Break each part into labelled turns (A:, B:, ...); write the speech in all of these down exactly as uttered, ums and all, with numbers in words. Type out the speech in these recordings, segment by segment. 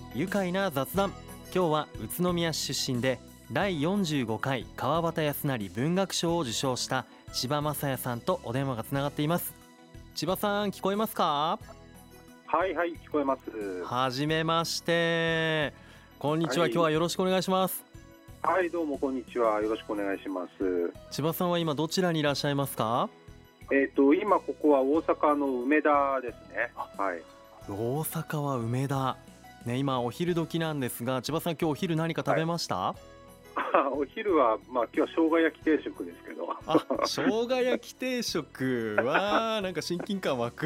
A: 愉快な雑談。今日は宇都宮市出身でだいよんじゅうごかい川端康成文学賞を受賞した千葉雅也さんとお電話がつながっています。千葉さん、聞こえますか？
B: はいはい、聞こえます。
A: はじめまして。こんにちは、
B: はい、
A: 今日はよろしくお願いします。
B: はい、どうもこんにちは、よろしくお願いします。
A: 千葉さんは今どちらにいらっしゃいますか？
B: えっ、と今ここは大阪の梅田ですね。はい。
A: 大阪は梅田、ね、今お昼時なんですが、千葉さん、今日お昼何か食べました？
B: はいお昼は、まあ、今日は生姜焼き定食ですけど。
A: あ、生姜焼き定食はなんか親近感湧く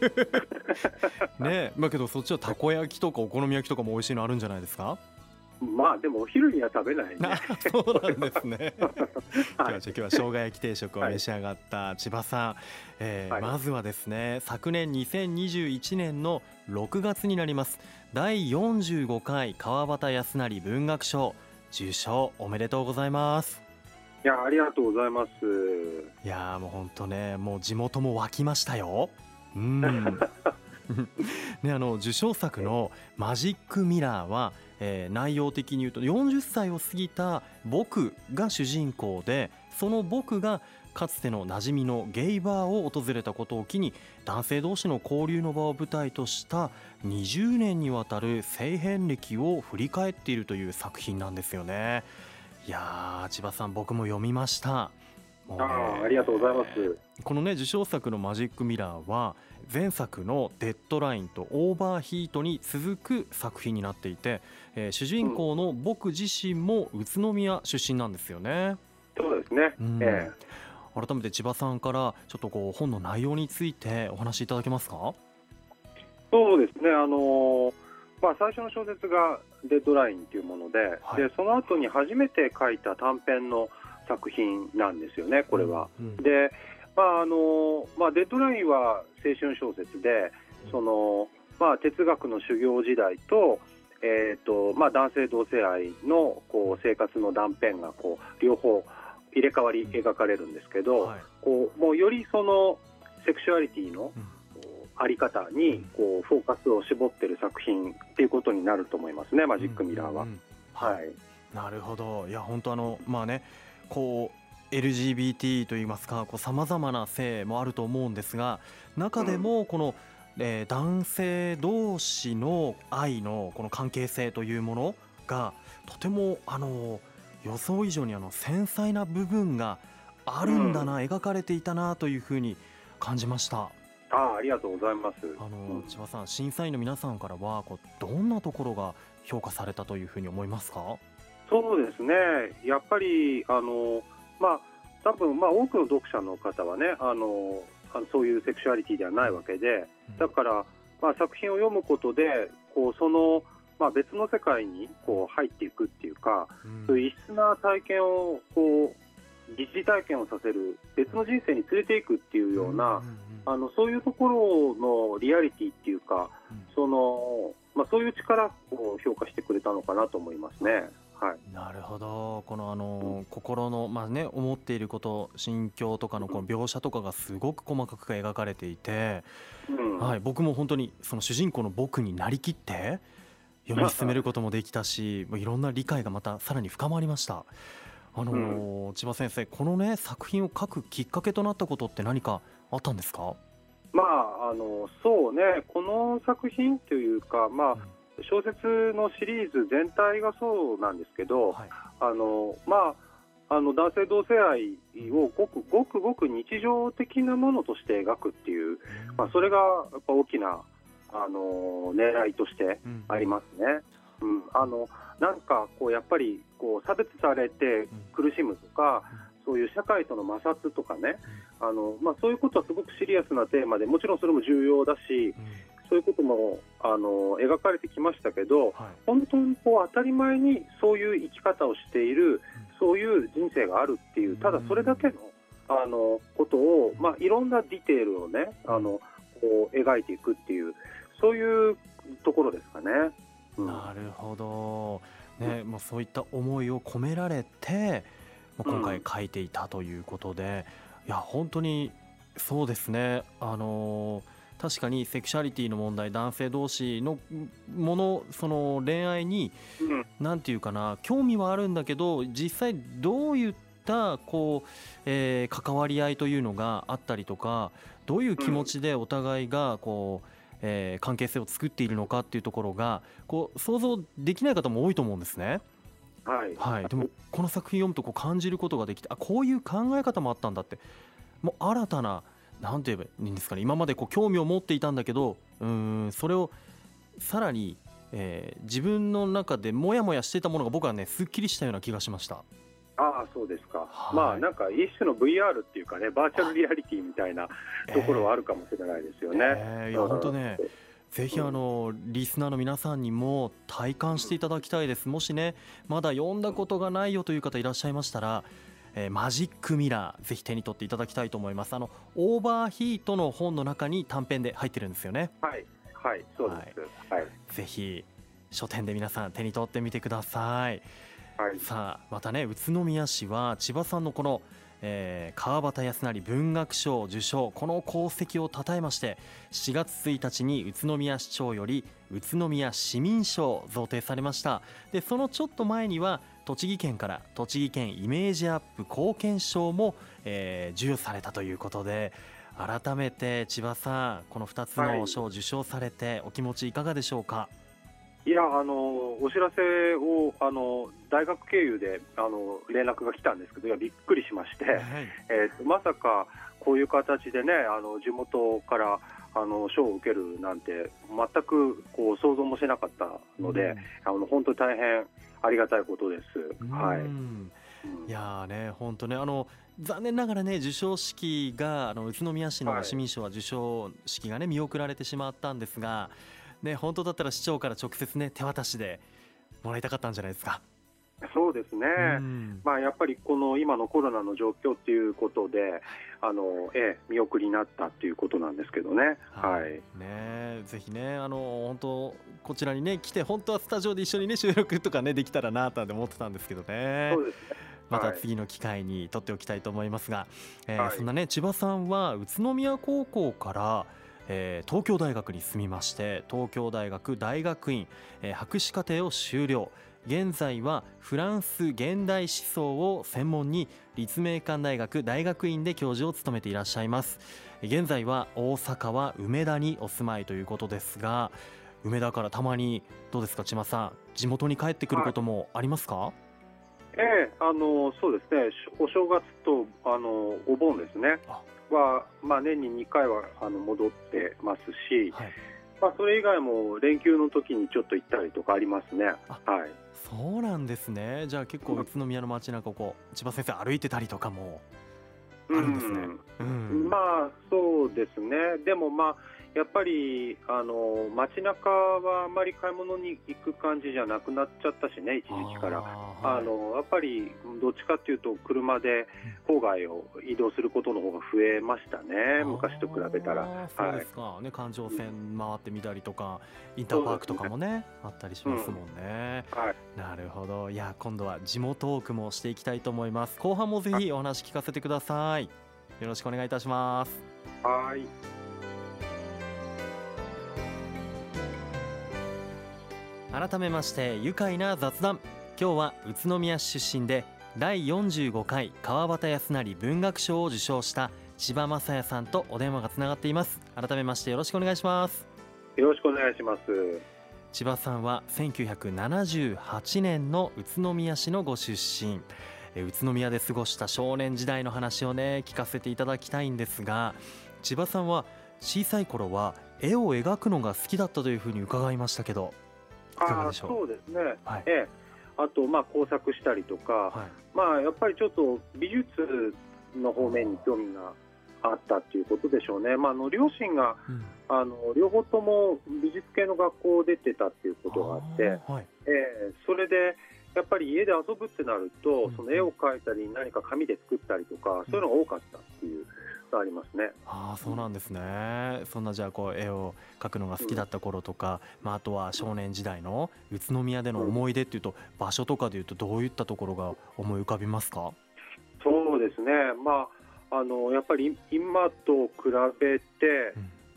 A: ねえ、まあけどそっちはたこ焼きとかお好み焼きとかも美味しいのあるんじゃないですか？
B: まあでもお昼には食べないね。
A: そうなんですね今日は、
B: はい、
A: 今日は生姜焼き定食を召し上がった千葉さん、えー
B: はい、
A: まずはですね、昨年にせんにじゅういちねんのろくがつになりますだいよんじゅうごかい川端康成文学賞受賞おめでとうございます。
B: いや、ありがとうございます。
A: いやーもう本当ね、もう地元も沸きましたよ。うんね、あの受賞作のマジックミラーは、えー内容的に言うとよんじゅっさいを過ぎた僕が主人公で、その僕がかつての馴染みのゲイバーを訪れたことを機に男性同士の交流の場を舞台としたにじゅうねんにわたる性遍歴を振り返っているという作品なんですよね。いやー千葉さん、僕も読みました。もうね、
B: ああ、ありがとうございます。
A: このね受賞作のマジックミラーは前作のデッドラインとオーバーヒートに続く作品になっていて、えー主人公の僕自身も宇都宮出身なんですよね。
B: そうですね。
A: うん
B: ええ
A: 改めて千葉さんからちょっとこう本の内容についてお話しいただけますか？
B: そうですね。あのーまあ、最初の小説がデッドラインというもので、
A: はい
B: でその後に初めて書いた短編の作品なんですよね、これは。
A: うんうん
B: で、まああのまあ、デッドラインは青春小説で、そのまあ、哲学の修行時代と、えーとまあ、男性同性愛のこう生活の断片がこう両方入れ替わり描かれるんですけど、
A: はい
B: こうもうよりそのセクシュアリティの
A: うん
B: あり方にこうフォーカスを絞っている作品っていうことになると思いますね、マジックミラーは。
A: うんうんうんはい
B: はい、
A: なるほど。いや本当あのまあね、こう エルジービーティー といいますか、さまざまな性もあると思うんですが、中でもこの、えー男性同士の愛のこの関係性というものがとてもあの予想以上にあの繊細な部分があるんだな、描かれていたなというふうに感じました。
B: あありがとうございます。
A: あの
B: うん
A: 千葉さん、審査員の皆さんからはこうどんなところが評価されたというふうに思いますか？
B: そうですね、やっぱりあの、まあ、多分、まあ、多くの読者の方はね、あのあのそういうセクシュアリティではないわけで、だから、まあ、作品を読むことでこうその、まあ、別の世界にこう入っていくっていうか、
A: うん
B: そういう異質な体験をこう疑似体験をさせる、別の人生に連れていくっていうような、
A: んんん
B: あのそういうところのリアリティっていうか、
A: うん
B: そのまあ、そういう力を評価してくれたのかなと思いますね。はい、
A: なるほど。このあの心の、まあね、思っていること、心境とかのこの描写とかがすごく細かく描かれていて、
B: うん
A: はい、僕も本当にその主人公の僕になりきって読み進めることもできたし、もういろんな理解がまたさらに深まりました。あのー千葉先生、このね作品を書くきっかけとなったことって何かあったんですか？
B: まあ、あのそうね、この作品というか、まあ、小説のシリーズ全体がそうなんですけど、
A: はい
B: あのまあ、あの男性同性愛をごくごくごく日常的なものとして描くっていう、まあ、それがやっぱ大きなあの狙いとしてありますね。うん、あのなんかこうやっぱりこう差別されて苦しむとか、そういう社会との摩擦とかね、あの、まあ、そういうことはすごくシリアスなテーマで、もちろんそれも重要だし、そういうこともあの描かれてきましたけど、
A: はい
B: 本当にこう当たり前にそういう生き方をしている、そういう人生があるっていう、ただそれだけのあのことを、まあ、いろんなディテールをね、あのこう描いていくっていう、そういうところですかね。うん、
A: なるほど、ね、もうそういった思いを込められてまあ今回書いていたということで、いや本当にそうですね。あの確かにセクシャリティの問題、男性同士のもの、その恋愛に
B: うん
A: なんていうかな、興味はあるんだけど実際どういったこう、えー関わり合いというのがあったりとか、どういう気持ちでお互いがこう、えー関係性を作っているのかっていうところがこう想像できない方も多いと思うんですね。
B: はい
A: はい、でもこの作品読むとこう感じることができて、あ、こういう考え方もあったんだって、もう新たな、なんて言えばいいんですかね、今までこう興味を持っていたんだけど、うーんそれをさらに、えー自分の中でモヤモヤしていたものが僕はねすっきりしたような気がしました。
B: ああ、そうですか。
A: はい
B: まあなんか一種の ブイアール っていうかね、バーチャルリアリティみたいなところはあるかもしれないですよね。
A: えーいや本当ね、ぜひあのリスナーの皆さんにも体感していただきたいです。もしねまだ読んだことがないよという方いらっしゃいましたら、えーマジックミラーぜひ手に取っていただきたいと思います。あのオーバーヒートの本の中に短編で入ってるんですよね。
B: はいはいそうです。はい
A: ぜひ書店で皆さん手に取ってみてください。
B: はい
A: さあまたね、宇都宮市は千葉さんのこの、えー川端康成文学賞受賞、この功績をたたえましてしがつついたちに宇都宮市長より宇都宮市民賞贈呈されました。でそのちょっと前には栃木県から栃木県イメージアップ貢献賞も、えー授与されたということで、改めて千葉さん、このふたつの賞を受賞されてお気持ちいかがでしょうか。
B: いや、あのお知らせをあの大学経由であの連絡が来たんですけど、いやびっくりしまして、
A: はい
B: えーとまさかこういう形でね、あの地元からあの賞を受けるなんて全くこう想像もしなかったので、あの本当に大変ありがたいことです。はい。
A: うん
B: うん
A: いやーね、本当ね、あの残念ながらね授賞式があの宇都宮市の
B: はい
A: 市民賞は授賞式がね見送られてしまったんですが、ね本当だったら市長から直接ね手渡しでもらいたかったんじゃないですか。
B: そうですね。
A: うん
B: まあ、やっぱりこの今のコロナの状況ということで、あのええ、見送りになったということなんですけどね。はい。
A: ねぜひねあの本当こちらにね来て、本当はスタジオで一緒にね収録とかねできたらなと思ってたんですけどね。
B: そうですね。
A: また
B: はい
A: 次の機会に撮っておきたいと思いますが、えー
B: はい
A: そんなね千葉さんは宇都宮高校から、えー東京大学に進みまして、東京大学大学院、えー博士課程を修了。現在はフランス現代思想を専門に立命館大学大学院で教授を務めていらっしゃいます。現在は大阪は梅田にお住まいということですが、梅田からたまにどうですか千葉さん、地元に帰ってくることもありますか？
B: ええ、あのそうですね。お正月とあのお盆ですね。
A: あ
B: はまあ年ににかいはあの戻ってますし、
A: はい、
B: まあそれ以外も連休の時にちょっと行ったりとかありますね。
A: あ
B: はい。
A: そうなんですね。じゃあ結構宇都宮の街中をこう千葉先生歩いてたりとかもあるんですね。う
B: うんん、まあそうですね。でもまあやっぱりあの街中はあんまり買い物に行く感じじゃなくなっちゃったしね、一時期から。
A: あーはい
B: あのやっぱりどっちかっていうと車で郊外を移動することの方が増えましたね、昔と比べたら。
A: あーそうですか、ね、環状線回ってみたりとか、インターパークとかもねあったりしますもんね。
B: はい、
A: なるほど。いや今度は地元トークもしていきたいと思います。後半もぜひお話聞かせてください。よろしくお願いいたします。
B: はい。
A: 改めまして愉快な雑談。今日は宇都宮市出身でだいよんじゅうごかい川端康成文学賞を受賞した千葉雅也さんとお電話がつながっています。改めましてよろしくお願いします。
B: よろしくお願いします。
A: 千葉さんはせんきゅうひゃくななじゅうはちねんの宇都宮市のご出身。え宇都宮で過ごした少年時代の話をね聞かせていただきたいんですが、千葉さんは小さい頃は絵を描くのが好きだったというふうに伺いましたけど、いかがでしょう？
B: あ、そうですね。
A: はい
B: ええ、あとまあ工作したりとか、
A: はい、
B: まあやっぱりちょっと美術の方面に興味があったっていうことでしょうね。まああの両親が
A: うん
B: あの両方とも美術系の学校を出てたっていうことがあって、
A: あーはい
B: ええ、それでやっぱり家で遊ぶってなると、
A: うん
B: その絵を描いたり何か紙で作ったりとか、そういうのが多かったっていうのがありますね。
A: ああそうなんですね。そんなじゃあこう絵を描くのが好きだった頃とか、まあ、あとは少年時代の宇都宮での思い出っていうと、場所とかでいうとどういったところが思い浮かびますか？
B: そうですね。まああのやっぱり今と比べて、
A: うん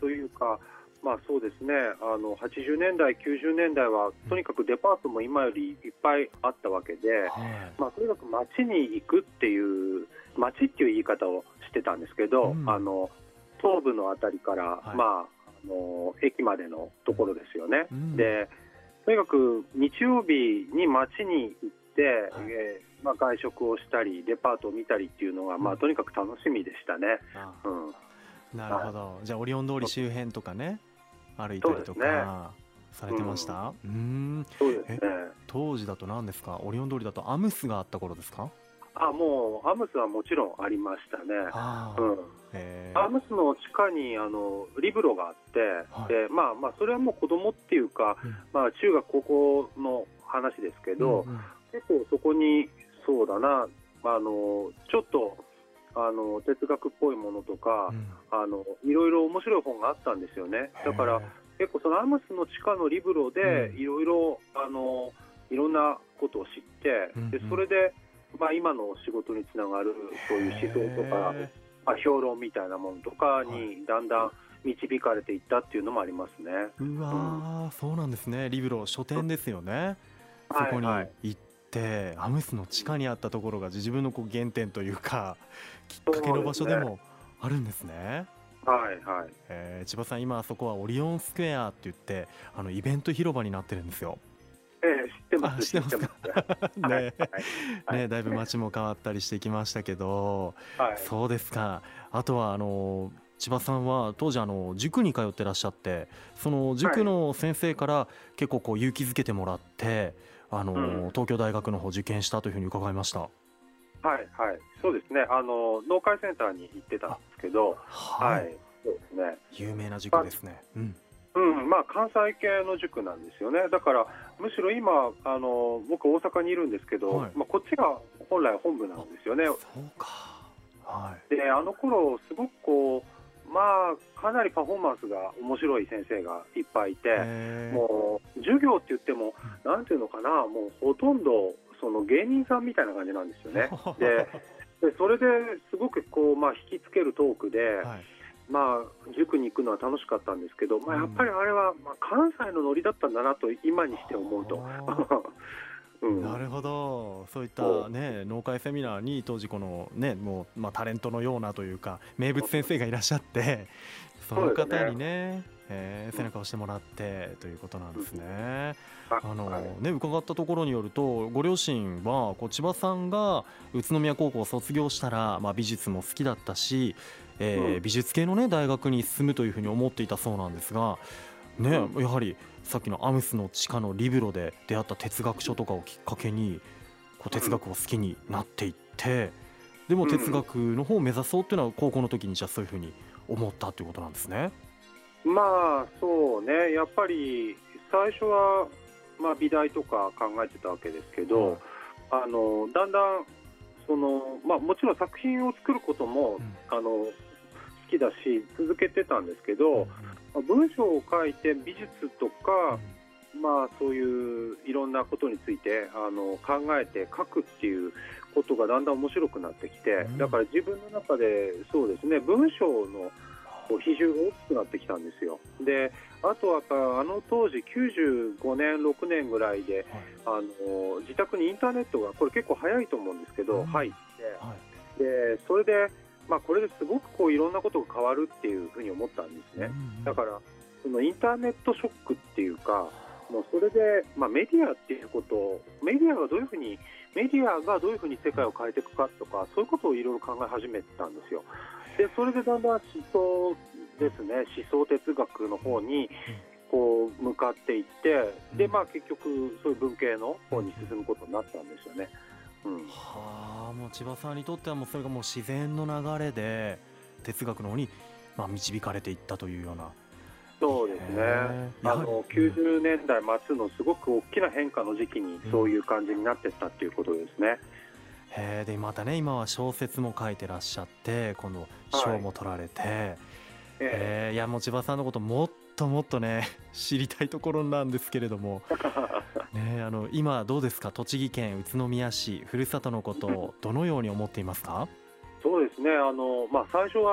B: というか、まあそうですね、あのはちじゅうねんだい、きゅうじゅうねんだいはとにかくデパートも今よりいっぱいあったわけで、
A: はい
B: まあ、とにかく街に行くっていう街っていう言い方をしてたんですけど、
A: うん
B: あの東部のあたりから、
A: はい
B: まあ、あの駅までのところですよね、
A: うん
B: でとにかく日曜日に街に行って、
A: はい
B: えーまあ、外食をしたりデパートを見たりっていうのが、まあ、とにかく楽しみでしたね。
A: あ
B: うん、
A: なるほど。じゃあオリオン通り周辺とかね歩いたりと
B: そうですね
A: かされてました？うーん。
B: そうですね。
A: 当時だと何ですか？オリオン通りだとアムスがあった頃ですか？
B: あ、もうアムスはもちろんありましたね。
A: あ
B: うん、
A: へー
B: アムスの地下にあのリブロがあって、
A: はい
B: でまあまあそれはもう子供っていうか、
A: うん
B: まあ中学高校の話ですけど、
A: うんうん
B: 結構そこにそうだな、あのちょっとあの哲学っぽいものとか、
A: うん
B: あのいろいろ面白い本があったんですよね。だから結構そのアムスの地下のリブロで
A: うん
B: いろいろあのいろんなことを知って、
A: うんうん
B: でそれでまあ今の仕事につながるそういう思想とか、
A: へ
B: まあ、評論みたいなものとか
A: は
B: にだんだん導かれていったっていうのもありますね。
A: ーうわー、そうなんですね。リブロ書店ですよね。そこに
B: はいはい
A: 行ってアムスの地下にあったところが自分のこう原点というかきっかけの場所でもあるんですね。
B: はいはい。
A: えー千葉さん、今あそこはオリオンスクエアって言ってあのイベント広場になってるんですよ。
B: ええ、知ってま
A: あ、
B: す。
A: 知ってますか？ね
B: はいはいはい
A: ね、だいぶ街も変わったりしてきましたけど、
B: はい。
A: そうですか。あとはあの千葉さんは当時あの塾に通ってらっしゃって、その塾の先生から結構こう勇気づけてもらってあの、
B: うん
A: 東京大学の方受験したというふうに伺いました。
B: はいはい。そうですね。あの農会センターに行ってたんですけど、
A: は、
B: はいい。そうですね。
A: 有名な塾ですね。うん。
B: うん、まあ関西系の塾なんですよね。だからむしろ今あの僕大阪にいるんですけど、
A: はい
B: まあこっちが本来本部なんですよね。
A: そうか。は
B: であの頃すごくこうまあかなりパフォーマンスが面白い先生がいっぱいいて、
A: い。へー
B: もう授業って言ってもなんていうのかな、もうほとんどその芸人さんみたいな感じなんですよね。ででそれですごくこうまあ引きつけるトークで。
A: はい
B: まあ、塾に行くのは楽しかったんですけど、まあ、やっぱりあれは、まあ、関西のノリだったんだなと今にして思うと、うん、
A: なるほど。そういったね農会セミナーに当時このねもうまあタレントのようなというか名物先生がいらっしゃってその方にねえー背中を押してもらってということなんですね。あのね伺ったところによるとご両親はこう千葉さんが宇都宮高校を卒業したらまあ美術も好きだったしえー
B: うん
A: 美術系のね大学に進むというふうに思っていたそうなんですがね
B: うん
A: やはりさっきのアムスの地下のリブロで出会った哲学書とかをきっかけにこう哲学を好きになっていってでも哲学の方を目指そうっていうのは高校の時にじゃあそういうふうに思ったということなんですね。
B: まあそうね、やっぱり最初は、まあ、美大とか考えてたわけですけど、
A: はい
B: あのだんだんその、まあ、もちろん作品を作ることも、
A: うん
B: あの好きだし続けてたんですけど、まあ文章を書いて美術とか、まあ、そういういろんなことについてあの考えて書くっていうことがだんだん面白くなってきて、
A: うん
B: だから自分の中でそうですね、文章のこう比重が大きくなってきたんですよ。であとはやっぱあの当時きゅうじゅうごねんろくねんぐらいであの自宅にインターネットがこれ結構早いと思うんですけど、
A: うん
B: 入って
A: はい
B: でそれで、まあ、これですごくこういろんなことが変わるっていうふうに思ったんですね。
A: うん
B: だからそのインターネットショックっていうか、もうそれで、まあ、メディアっていうことをメディアがどういうふうにメディアがどういうふうに世界を変えていくかとかそういうことをいろいろ考え始めたんですよ。でそれでだんだん思想ですね、思想哲学の方にこう向かっていってで、まあ、結局そういう文系の方に進むことになったんですよね。うん
A: はあ、もう千葉さんにとってはもうそれがもう自然の流れで哲学の方にまあ導かれていったというような。
B: そうですね、
A: へー
B: あのきゅうじゅうねんだい末のすごく大きな変化の時期にそういう感じになっていったっていうことですね。
A: へーでまたね今は小説も書いてらっしゃって今度賞も取られて、
B: え
A: えーいやもう千葉さんのこともっともっとね知りたいところなんですけれども、ね、あの今どうですか、栃木県宇都宮市ふるさとのことをどのように思っていますか？
B: そうですね、あの、まあ、最初は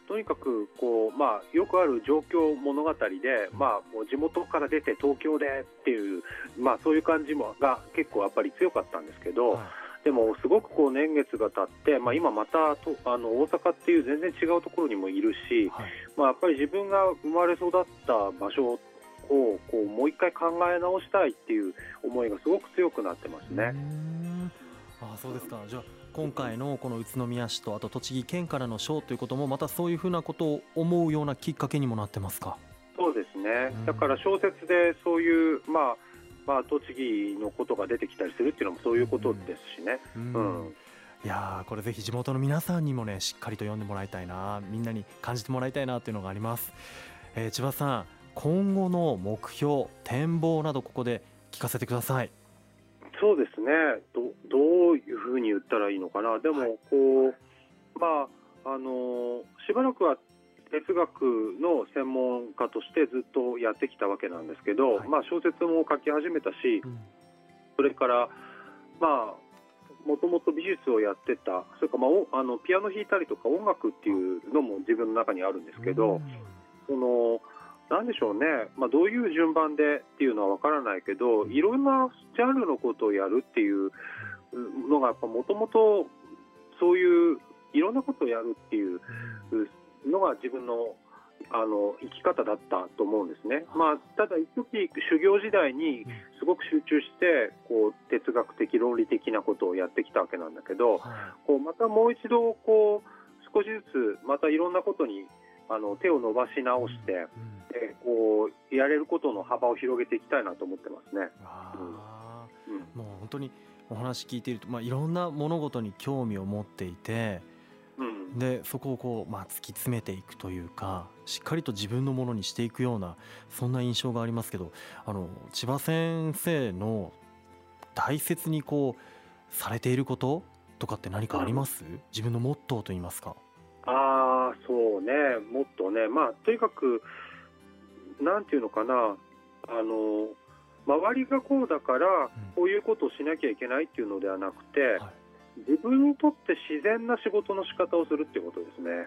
B: とにかくこう、まあ、よくある状況物語で、まあ、もう地元から出て東京でっていう、まあ、そういう感じもが結構やっぱり強かったんですけど、
A: はい、
B: でもすごくこう年月が経って、まあ、今またとあの大阪っていう全然違うところにもいるし、
A: はい、
B: まあ、やっぱり自分が生まれ育った場所をこうもう一回考え直したいっていう思いがすごく強くなってますね。
A: うーん、あ、そうですか。じゃあ今回のこの宇都宮市とあと栃木県からの賞ということもまたそういうふうなことを思うようなきっかけにもなってますか？
B: そうですね、
A: うん、
B: だから小説でそういう、まあまあ、栃木のことが出てきたりするっていうのもそういうことですしね。
A: う
B: うんんうん、
A: いやー、これぜひ地元の皆さんにもねしっかりと読んでもらいたいな、みんなに感じてもらいたいなっていうのがあります。えー千葉さん、今後の目標展望などここで聞かせてください。
B: そうですね、どどういうふうに言ったらいいのかな、でもこう、まああのしばらくは哲学の専門家としてずっとやってきたわけなんですけど、
A: はい、
B: まあ、小説も書き始めたし、
A: うん、
B: それからまあもともと美術をやってた、それから、まあ、おあのピアノ弾いたりとか音楽っていうのも自分の中にあるんですけど、そのなんでしょうね、まあ、どういう順番でっていうのは分からないけど、いろんなジャンルのことをやるっていうのがもともとそういういろんなことをやるっていうのが自分のあの生き方だったと思うんですね。まあ、ただ一時修行時代にすごく集中してこう哲学的論理的なことをやってきたわけなんだけど、こうまたもう一度こう少しずつまたいろんなことにあの手を伸ばし直して、でこうやれることの幅を広げていきたいなと思ってますね。
A: あ、
B: うんうん、
A: もう本当にお話聞いていると、まあ、いろんな物事に興味を持っていて、
B: うん、
A: でそこをこう、まあ、突き詰めていくというか、しっかりと自分のものにしていくようなそんな印象がありますけど、あの千葉先生の大切にこうされていることとかって何かあります？うん、自分のモットーといいますか。
B: ああ、そうね、もっとね、まあとにかくなんていうのかな、あの周りがこうだからこういうことをしなきゃいけないっていうのではなくて、はい、自分にとって自然な仕事の仕方をするっていうことですね。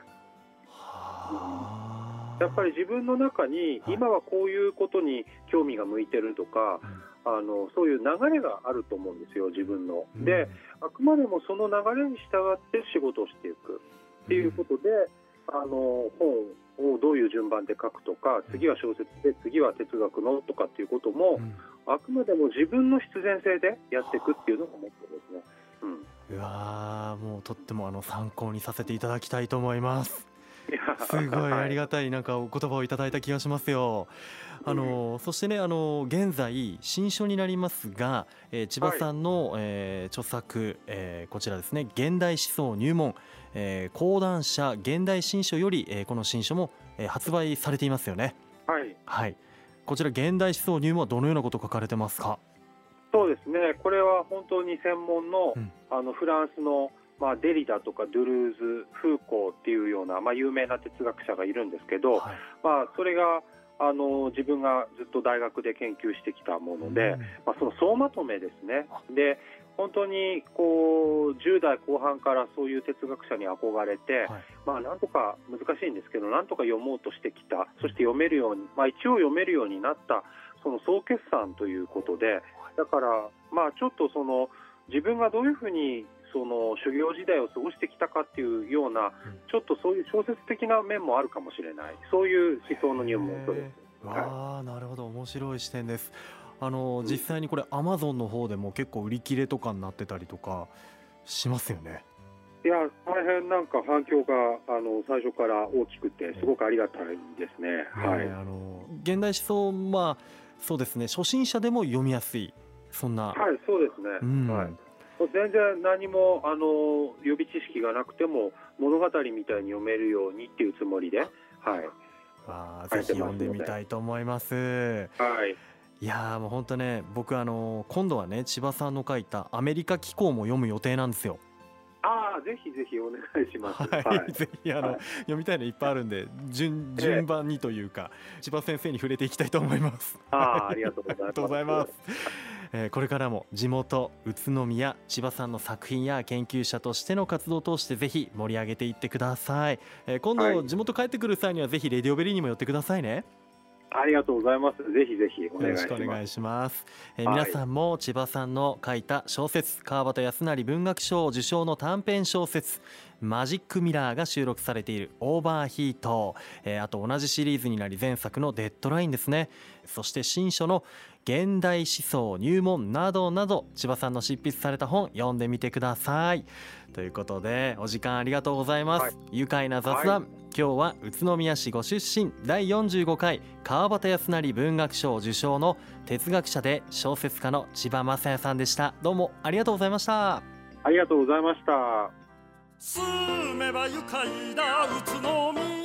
B: はあ、やっぱり自分の中に今はこういうことに興味が向いてるとか、はい、あのそういう流れがあると思うんですよ、自分の。で、あくまでもその流れに従って仕事をしていくっていうことで、あの本をどういう順番で書くとか、次は小説で次は哲学のとかっていうことも、うん、あくまでも自分の必然性でやっていくっていうのがモットーですね。
A: うん、うわー、もうとってもあの参考にさせていただきたいと思います。すごいありがたいなんかお言葉をいただいた気がしますよ。あの、うん、そしてね、あの現在新書になりますが、えー、千葉さんの、はい、えー、著作、えー、こちらですね、現代思想入門、えー、講談社現代新書より、えー、この新書も、えー、発売されていますよね。
B: はい、
A: はい、こちら現代思想入門はどのようなことを書かれてますか？
B: そうですね、これは本当に専門の、うん、あのフランスのまあ、デリダとかドゥルーズ、フーコーっていうような、まあ、有名な哲学者がいるんですけど、はい、まあ、それがあの自分がずっと大学で研究してきたもので、うん、まあ、その総まとめですね。で、本当にこうじゅう代後半からそういう哲学者に憧れて、はい、まあ、なんとか難しいんですけどなんとか読もうとしてきた、そして読めるように、まあ、一応読めるようになったその総決算ということで、だから、まあ、ちょっとその自分がどういうふうにその修行時代を過ごしてきたかっていうような、ちょっとそういう小説的な面もあるかもしれない、そういう思想の入門書です。
A: わあ、なるほど、面白い視点です。あの実際にこれアマゾンの方でも結構売り切れとかになってたりとかしますよね。
B: いや、大変なんか反響があの最初から大きくてすごくありがたいですね。はい、
A: あの現代思想、まあそうですね、初心者でも読みやすい、そんな。
B: はい、そうですね。うん、はい、全然何もあの予備知識がなくても物語みたいに読めるようにっていうつもりで、はい、
A: あ、ぜひ読んでみたいと思います。
B: はい、
A: いやー、もう本当ね、僕あの今度はね千葉さんの書いたアメリカ紀行も読む予定なんですよ。
B: ああ、ぜひぜひお願いします。
A: はい、はい、ぜひあの、はい、読みたいのいっぱいあるんで 順, 順番にというか、えー、千葉先生に触れていきたいと思います。
B: ああ、ありがとうございます。
A: えーこれからも地元宇都宮千葉さんの作品や研究者としての活動を通してぜひ盛り上げていってください。えー今
B: はい
A: 度地元帰ってくる際にはぜひレディオベリーにも寄ってくださいね。
B: ありがとうございます。ぜひぜひお
A: よろし
B: 願いします。
A: くお願いします。えー
B: はい
A: 皆さんも千葉さんの書いた小説川端康成文学賞受賞の短編小説マジックミラーが収録されているオーバーヒート、えーあと同じシリーズになり前作のデッドラインですね。そして新書の現代思想入門などなど千葉さんの執筆された本読んでみてください。ということでお時間ありがとうございます。
B: はい
A: 愉快な雑談、今日は宇都宮市ご出身だいよんじゅうごかい川端康成文学賞受賞の哲学者で小説家の千葉雅也さんでした。どうもありがとうございました。
B: ありがとうございました。
C: 住めば愉快な宇都宮